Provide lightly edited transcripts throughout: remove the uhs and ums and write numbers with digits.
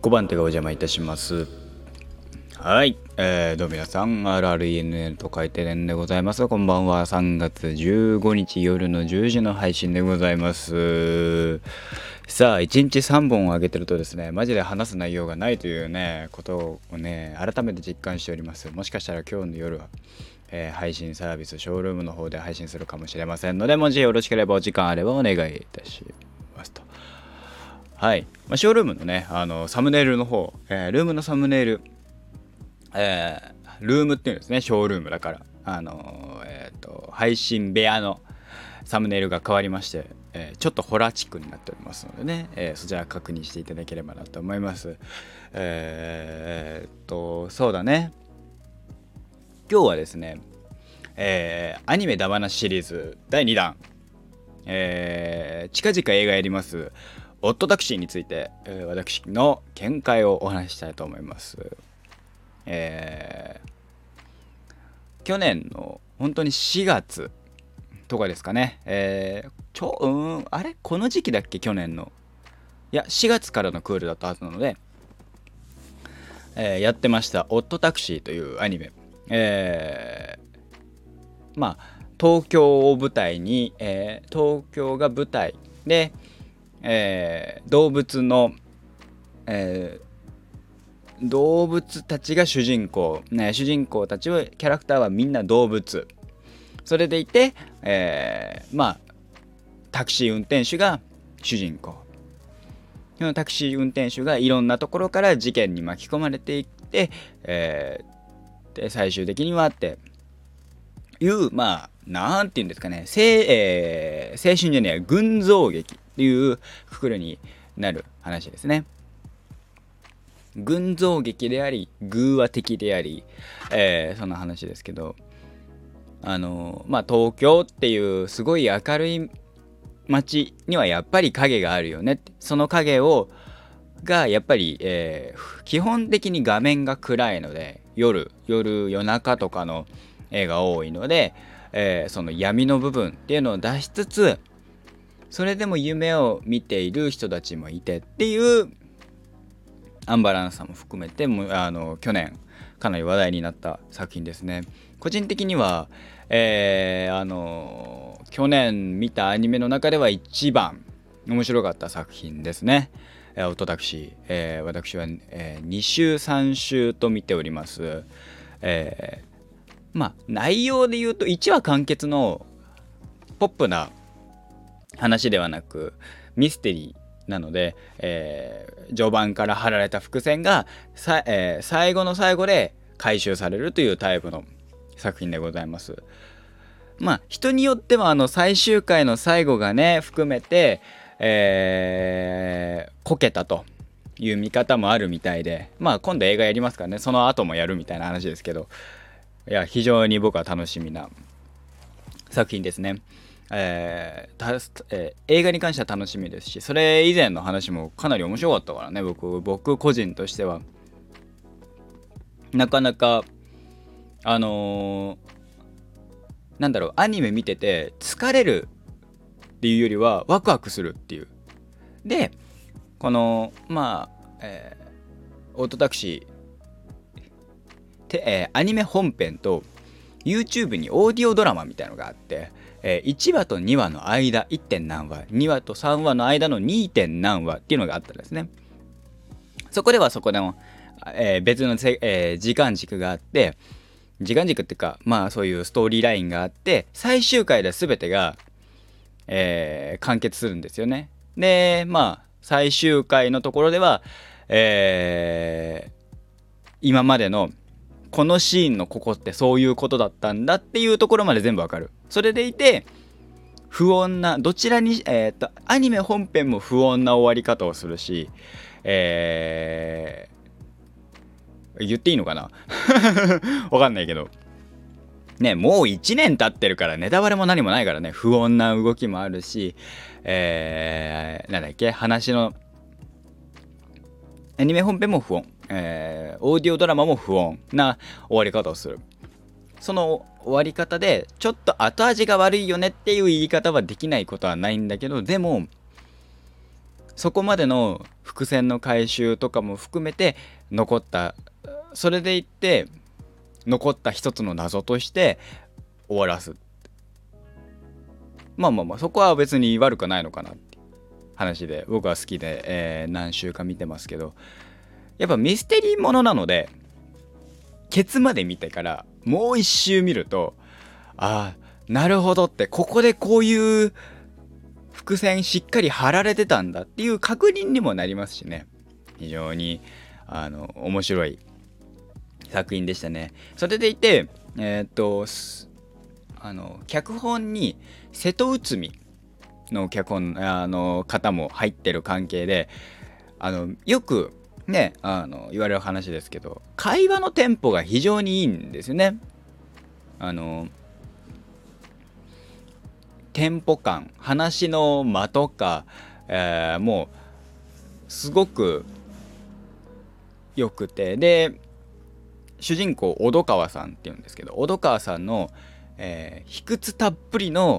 5番手がお邪魔いたします。はい、どうも皆さん RRENN と書いてねんでございます。こんばんは。3月15日夜の10時の配信でございます。さあ、1日3本上げてるとですね、マジで話す内容がないというねことをね改めて実感しております。もしかしたら今日の夜は配信サービスショールームの方で配信するかもしれませんので、もしよろしければお時間あればお願いいたしますと。はい、ショールームのねサムネイルの方、ルームのサムネイル、ルームっていうんですね。ショールームだから配信部屋のサムネイルが変わりまして、ちょっとホラーチックになっておりますのでね、そちら確認していただければなと思います。そうだね、今日はですね、アニメだばなしシリーズ第2弾、近々映画やりますオットタクシーについて、私の見解をお話ししたいと思います。去年の本当に4月とかですかね、あれこの時期だっけ、去年のいや4月からのクールだったはずなので、やってましたオットタクシーというアニメ、東京を舞台に、東京が舞台で、動物の、動物たちが主人公、主人公たちはキャラクターはみんな動物、それでいて、タクシー運転手が主人公。そのタクシー運転手がいろんなところから事件に巻き込まれていって、で最終的にはっていうなんていうんですかね、青春じゃねえ群像劇っていうくくりになる話ですね。群像劇であり偶話的であり、その話ですけど、東京っていうすごい明るい街にはやっぱり影があるよね。その影がやっぱり、基本的に画面が暗いので、夜中とかの絵が多いので、その闇の部分っていうのを出しつつ、それでも夢を見ている人たちもいてっていうアンバランスさも含めて去年かなり話題になった作品ですね。個人的には、去年見たアニメの中では一番面白かった作品ですね。オットタクシー、私は、2週3週と見ております。内容で言うと1話完結のポップな話ではなくミステリーなので、序盤から張られた伏線が最後の最後で回収されるというタイプの作品でございます。人によっては最終回の最後がね含めて、こけたという見方もあるみたいで、今度映画やりますからね、その後もやるみたいな話ですけど、いや非常に僕は楽しみな作品ですね。映画に関しては楽しみですし、それ以前の話もかなり面白かったからね。僕個人としてはなかなかアニメ見てて疲れるっていうよりはワクワクするっていう。でこのオートタクシーアニメ本編と YouTube にオーディオドラマみたいのがあって、1話と2話の間 1. 点何話、2話と3話の間の 2. 点何話っていうのがあったんですね。そこではそこでも、別の、時間軸があって、時間軸っていうかそういうストーリーラインがあって、最終回で全てが、完結するんですよね。で最終回のところでは、今までのこのシーンのここってそういうことだったんだっていうところまで全部わかる。それでいて不穏などちらに、アニメ本編も不穏な終わり方をするし、言っていいのかなわかんないけどね、もう1年経ってるからネタバレも何もないからね、不穏な動きもあるし、話のアニメ本編も不穏、オーディオドラマも不穏な終わり方をする。その終わり方でちょっと後味が悪いよねっていう言い方はできないことはないんだけど、でもそこまでの伏線の回収とかも含めて残った、それでいって残った一つの謎として終わらす。まあそこは別に悪くないのかなっていう話で、僕は好きで、何週か見てますけど、やっぱミステリーものなのでケツまで見てからもう一周見ると、ああなるほどって、ここでこういう伏線しっかり張られてたんだっていう確認にもなりますしね、非常に面白い作品でしたね。それでいて脚本に瀬戸内海の脚本方も入ってる関係で、よくね言われる話ですけど、会話のテンポが非常にいいんですよね。テンポ感、話の間とか、もうすごくよくて、で主人公小戸川さんっていうんですけど、小戸川さんの、卑屈たっぷりの、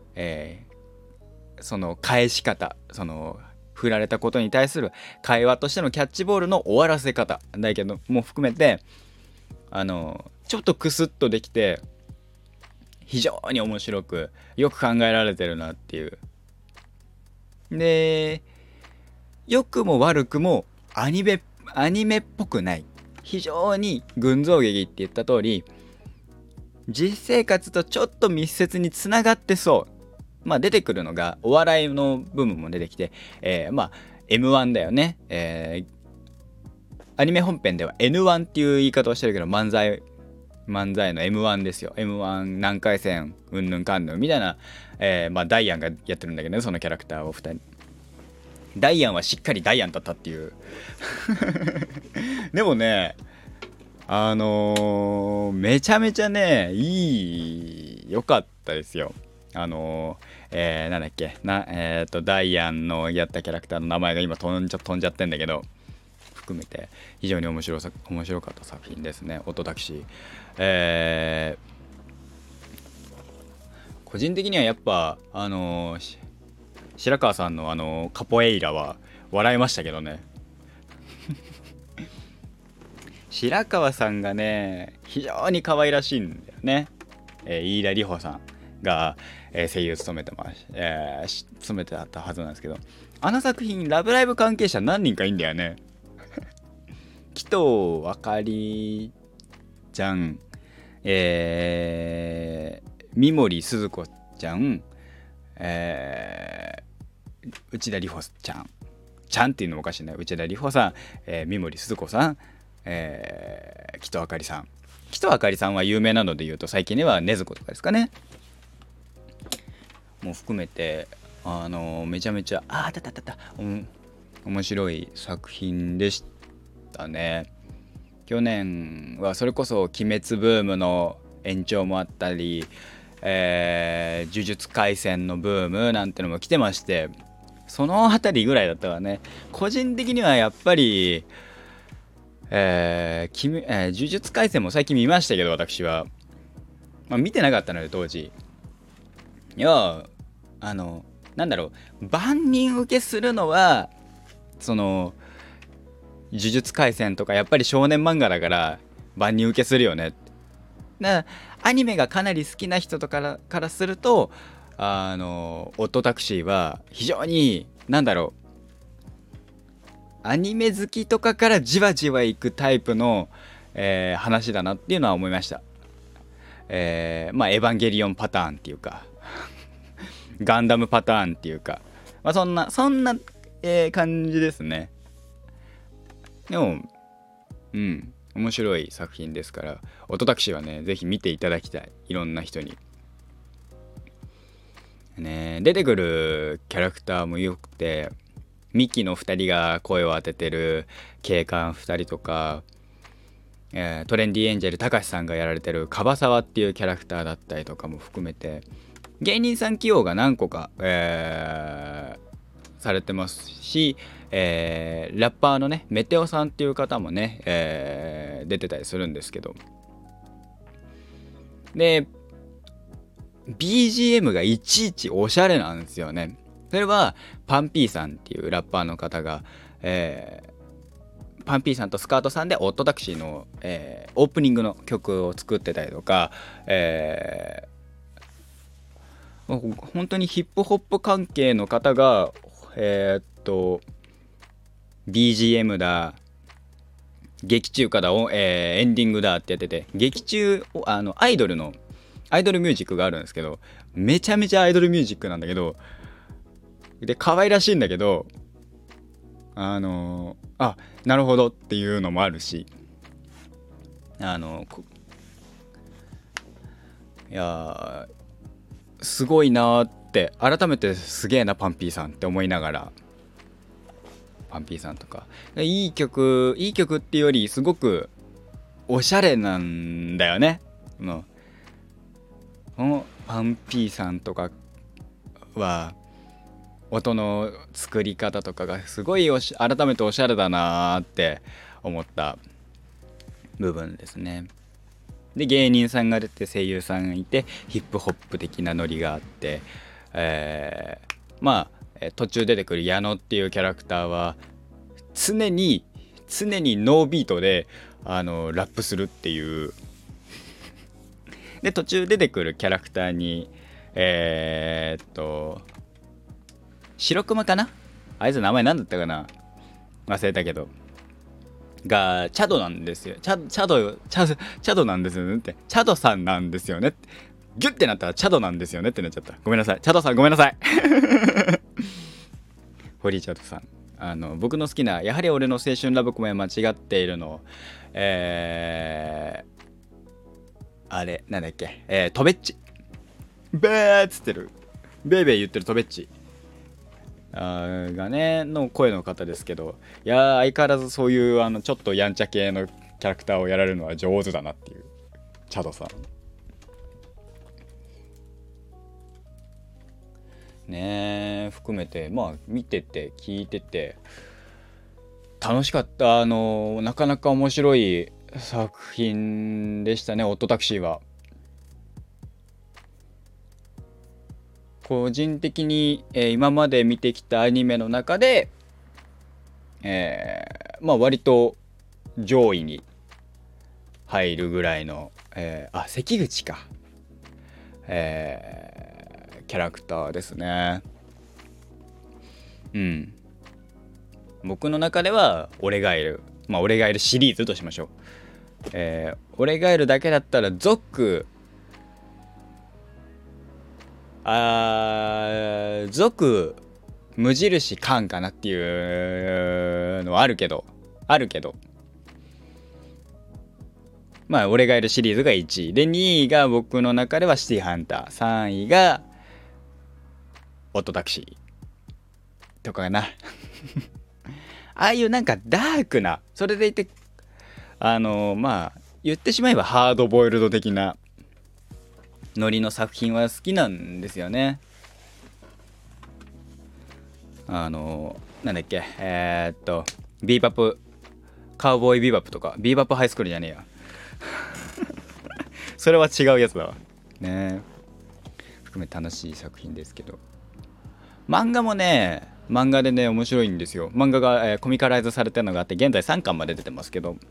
その返し方、その振られたことに対する会話としてのキャッチボールの終わらせ方だけども含めて、ちょっとクスッとできて非常に面白くよく考えられてるなっていう。で良くも悪くもアニメっぽくない、非常に群像劇って言った通り実生活とちょっと密接につながってそう。まあ出てくるのがお笑いの部分も出てきて、まあ M1 だよね、アニメ本編では N1 っていう言い方をしてるけど、漫才の M1 ですよ。 M1 何回戦うんぬんかんぬんみたいな、まあダイアンがやってるんだけどね、そのキャラクターを2人。ダイアンはしっかりダイアンだったっていうでもねめちゃめちゃね良かったですよ。なんだっけダイアンのやったキャラクターの名前が今飛んじゃってんだけど、含めて非常に面白かった作品ですね。オトタクシー、個人的にはやっぱ白川さんのカポエイラは笑いましたけどね白川さんがね非常に可愛らしいんだよね。飯田里穂さんが、声優務めて務めてあったはずなんですけど、あの作品ラブライブ関係者何人かいいんだよね紀藤あかりちゃん、三森すず子ちゃん、内田里穂ちゃんっていうのもおかしいね。内田里穂さん、三森すず子さん、紀藤あかりさん。紀藤あかりさんは有名なので言うと最近では禰豆子とかですかね。もう含めてめちゃめちゃ面白い作品でしたね。去年はそれこそ鬼滅ブームの延長もあったり、呪術廻戦のブームなんてのも来てまして、そのあたりぐらいだったからね。個人的にはやっぱり呪術廻戦も最近見ましたけど、私は、まあ、見てなかったので当時。いやなんだろう、万人受けするのはその呪術廻戦とかやっぱり少年漫画だから万人受けするよね。アニメがかなり好きな人とからするとオットタクシーは非常になんだろう、アニメ好きとかからじわじわいくタイプの、話だなっていうのは思いました。まあエヴァンゲリオンパターンっていうかガンダムパターンっていうか、まあ、そんな、感じですね。でも面白い作品ですから、オトタクシーはねぜひ見ていただきたい。いろんな人にね、出てくるキャラクターも良くて、ミキの2人が声を当ててる警官2人とか、トレンディエンジェルたかしさんがやられてる樺沢っていうキャラクターだったりとかも含めて、芸人さん起用が何個か、されてますし、ラッパーのねメテオさんっていう方もね、出てたりするんですけど、で BGM がいちいちおしゃれなんですよね。 それはパンピーさんっていうラッパーの方が、パンピーさんとスカートさんでオットタクシーの、オープニングの曲を作ってたりとか、本当にヒップホップ関係の方がBGM だ、劇中歌だを、エンディングだってやってて、劇中アイドルミュージックがあるんですけど、めちゃめちゃアイドルミュージックなんだけど、で可愛らしいんだけど、なるほどっていうのもあるし、いやすごいなーって改めて、すげえなパンピーさんって思いながら、パンピーさんとかいい曲っていうより、すごくおしゃれなんだよね。パンピーさんとかは音の作り方とかがすごい改めておしゃれだなーって思った部分ですね。で芸人さんが出て、声優さんがいて、ヒップホップ的なノリがあって、途中出てくる矢野っていうキャラクターは常にノービートでラップするっていう。で途中出てくるキャラクターに白熊かな、あいつ名前何だったかな、忘れたけど、がチャドなんですよ。チャドなんですよねって、チャドさんなんですよねって、ギュッてなったらチャドなんですよねってなっちゃった。ごめんなさい、チャドさんごめんなさい堀井チャドさん、僕の好きな、やはり俺の青春ラブコメは間違っているの、あれなんだっけ、トベッチ、ベーっつってる、ベーベー言ってるトベッチがねの声の方ですけど、いや相変わらずそういうちょっとやんちゃ系のキャラクターをやられるのは上手だなっていう、チャドさんね含めて、見てて聞いてて楽しかった。なかなか面白い作品でしたね、オットタクシーは。個人的に、今まで見てきたアニメの中で、割と上位に入るぐらいの、関口か、キャラクターですね。僕の中では俺ガエル、俺ガエルシリーズとしましょう。俺ガエルだけだったら族無印カンかなっていうのはあるけど、俺がいるシリーズが1位で、2位が僕の中ではシティハンター、3位がオットタクシーとかかなああいうなんかダークな、それでいて言ってしまえばハードボイルド的なノリの作品は好きなんですよね。なんだっけ、ビーバップ、カウボーイビーバップとか、ビーバップハイスクールじゃねえやそれは違うやつだわね。含め楽しい作品ですけど、漫画でね面白いんですよ。漫画が、コミカライズされてるのがあって、現在3巻まで出てますけど、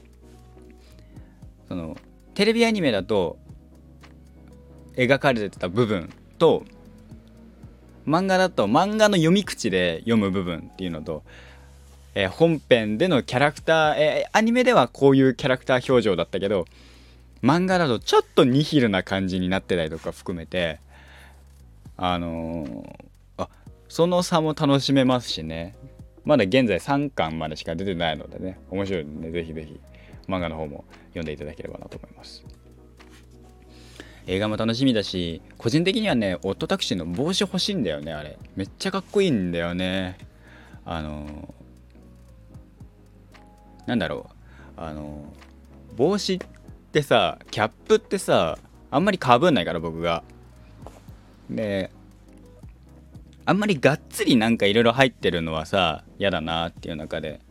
そのテレビアニメだと描かれてた部分と、漫画だと漫画の読み口で読む部分っていうのと、本編でのキャラクター、アニメではこういうキャラクター表情だったけど、漫画だとちょっとニヒルな感じになってたりとか含めて、その差も楽しめますしね。まだ現在3巻までしか出てないのでね、面白いので、ぜひぜひ漫画の方も読んでいただければなと思います。映画も楽しみだし、個人的にはね、オットタクシーの帽子欲しいんだよね。あれめっちゃかっこいいんだよね。なんだろう、帽子ってさ、キャップってさ、あんまりかぶんないから、僕が。で、あんまりがっつりなんかいろいろ入ってるのはさ、嫌だなっていう中で、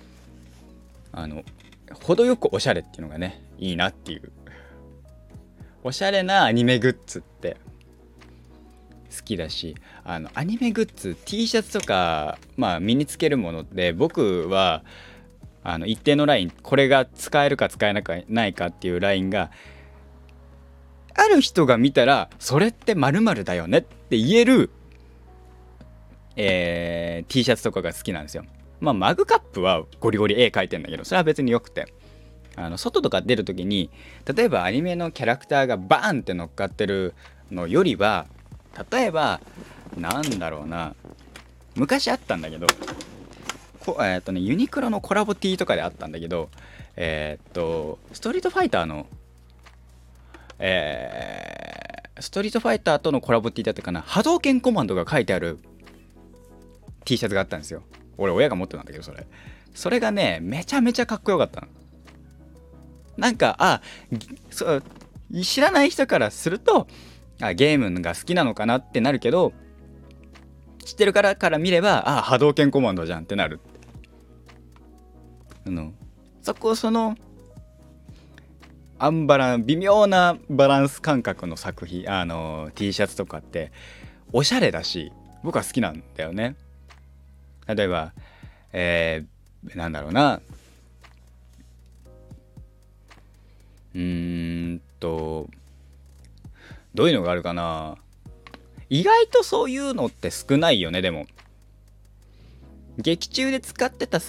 程よくおしゃれっていうのがね、いいなっていう。おしゃれなアニメグッズって好きだし、アニメグッズ T シャツとか、まあ、身につけるものって僕は一定のライン、これが使えるか使えないかっていうラインがある人が見たら、それって〇〇だよねって言える、T シャツとかが好きなんですよ。まあマグカップはゴリゴリ絵描いてんだけど、それは別によくて、外とか出るときに、例えばアニメのキャラクターがバーンって乗っかってるのよりは、例えばなんだろうな、昔あったんだけど、ユニクロのコラボ T とかであったんだけど、ストリートファイターの、ストリートファイターとのコラボ T だったかな、波動拳コマンドが書いてある T シャツがあったんですよ。俺親が持ってたんだけど、それがね、めちゃめちゃかっこよかったの。なんか知らない人からするとゲームが好きなのかなってなるけど、知ってるから見れば波動拳コマンドじゃんってなる。その微妙なバランス感覚の作品T シャツとかっておしゃれだし、僕は好きなんだよね。例えばなんだろうな、どういうのがあるかな。意外とそういうのって少ないよね。でも劇中で使ってた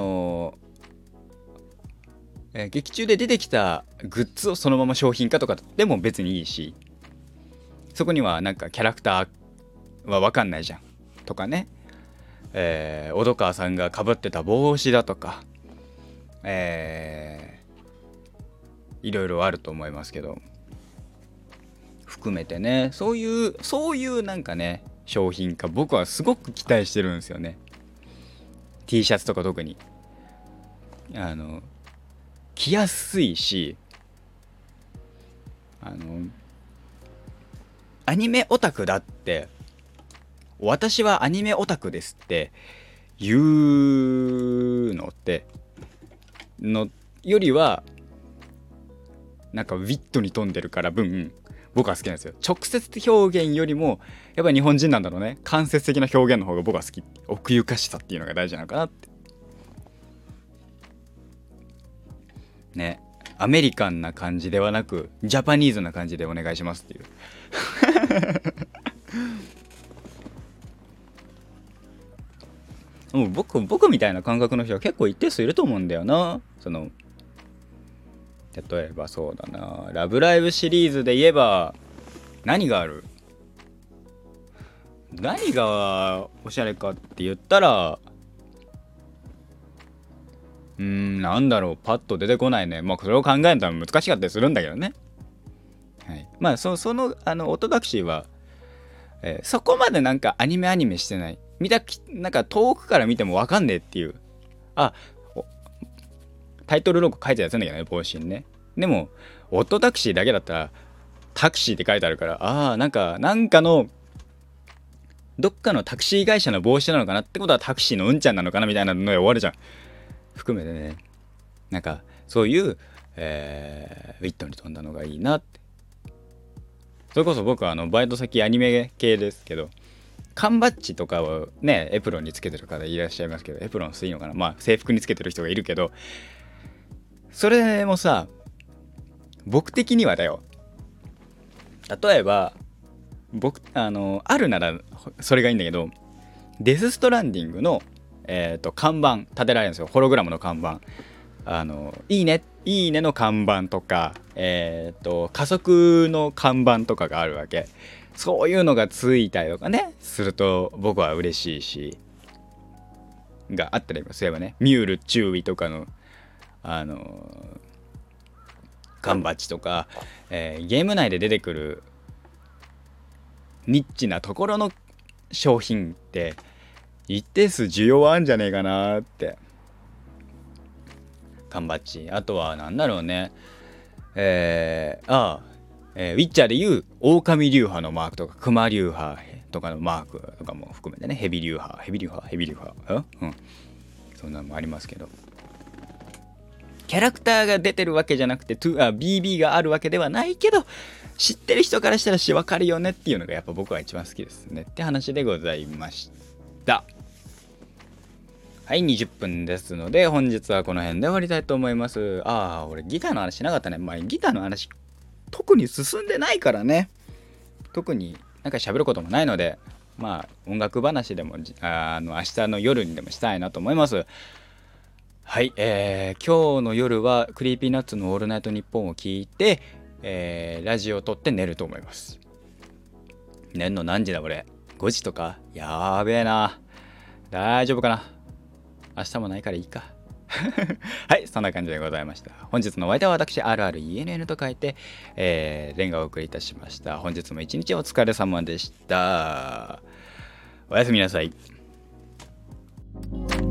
劇中で出てきたグッズをそのまま商品化とかでも別にいいし、そこにはなんかキャラクターは分かんないじゃんとかね、小戸川さんが被ってた帽子だとか、いろいろあると思いますけど、含めてね、そういうなんかね、商品化僕はすごく期待してるんですよね。 T シャツとか特に着やすいし、アニメオタクだって、私はアニメオタクですって言うのってのよりは、なんかウィットに富んでるから分僕は好きなんですよ。直接表現よりもやっぱり日本人なんだろうね、間接的な表現の方が僕は好き。奥ゆかしさっていうのが大事なのかなってね。アメリカンな感じではなくジャパニーズな感じでお願いしますっていうもう僕みたいな感覚の人は結構一定数いると思うんだよな。例えばそうだな、ラブライブシリーズで言えば何がおしゃれかって言ったら、なんだろう、パッと出てこないね。まあそれを考えると難しかったりするんだけどね。はい。まあそのオートタクシーは、そこまでなんかアニメしてない。なんか遠くから見ても分かんねえっていう。タイトルロゴ書いてやつんだけどね、帽子にね。でもオートタクシーだけだったらタクシーって書いてあるから、なんかのどっかのタクシー会社の帽子なのかなってことは、タクシーのうんちゃんなのかなみたいなので終わるじゃん。含めてね、なんかそういう、ウィットに富んだのがいいなって。それこそ僕はバイト先アニメ系ですけど、缶バッジとかをねエプロンにつけてる方いらっしゃいますけど、エプロンいいのかな、まあ制服につけてる人がいるけど、それもさ、僕的にはだよ、例えばあるならそれがいいんだけど、デスストランディングの看板立てられるんですよ。ホログラムの看板、いいねの看板とか、加速の看板とかがあるわけ。そういうのがついたりとかねすると僕は嬉しいし、があったりすればね、ミュール注意とかの缶バッジとか、ゲーム内で出てくるニッチなところの商品って一定数需要はあるんじゃねえかなって。缶バッジ、あとはなんだろうね、ウィッチャーでいう狼流派のマークとか熊流派とかのマークとかも含めてね、ヘビ流派、そんなのもありますけど、 キャラクターが出てるわけじゃなくて BB があるわけではないけど、知ってる人からしたら分かるよねっていうのがやっぱ僕は一番好きですねって話でございました。はい、20分ですので本日はこの辺で終わりたいと思います。俺ギターの話しなかったね。ギターの話特に進んでないからね。特になんか喋ることもないので、音楽話でも明日の夜にでもしたいなと思います。はい、今日の夜はクリーピーナッツのオールナイトニッポンを聞いて、ラジオを撮って寝ると思います。寝んの何時だ俺、5時とか、やーべえな。大丈夫かな。明日もないからいいか。はい、そんな感じでございました。本日のお相手は私 RRENN と書いて、レンガをお送りいたしました。本日も一日お疲れ様でした。おやすみなさい。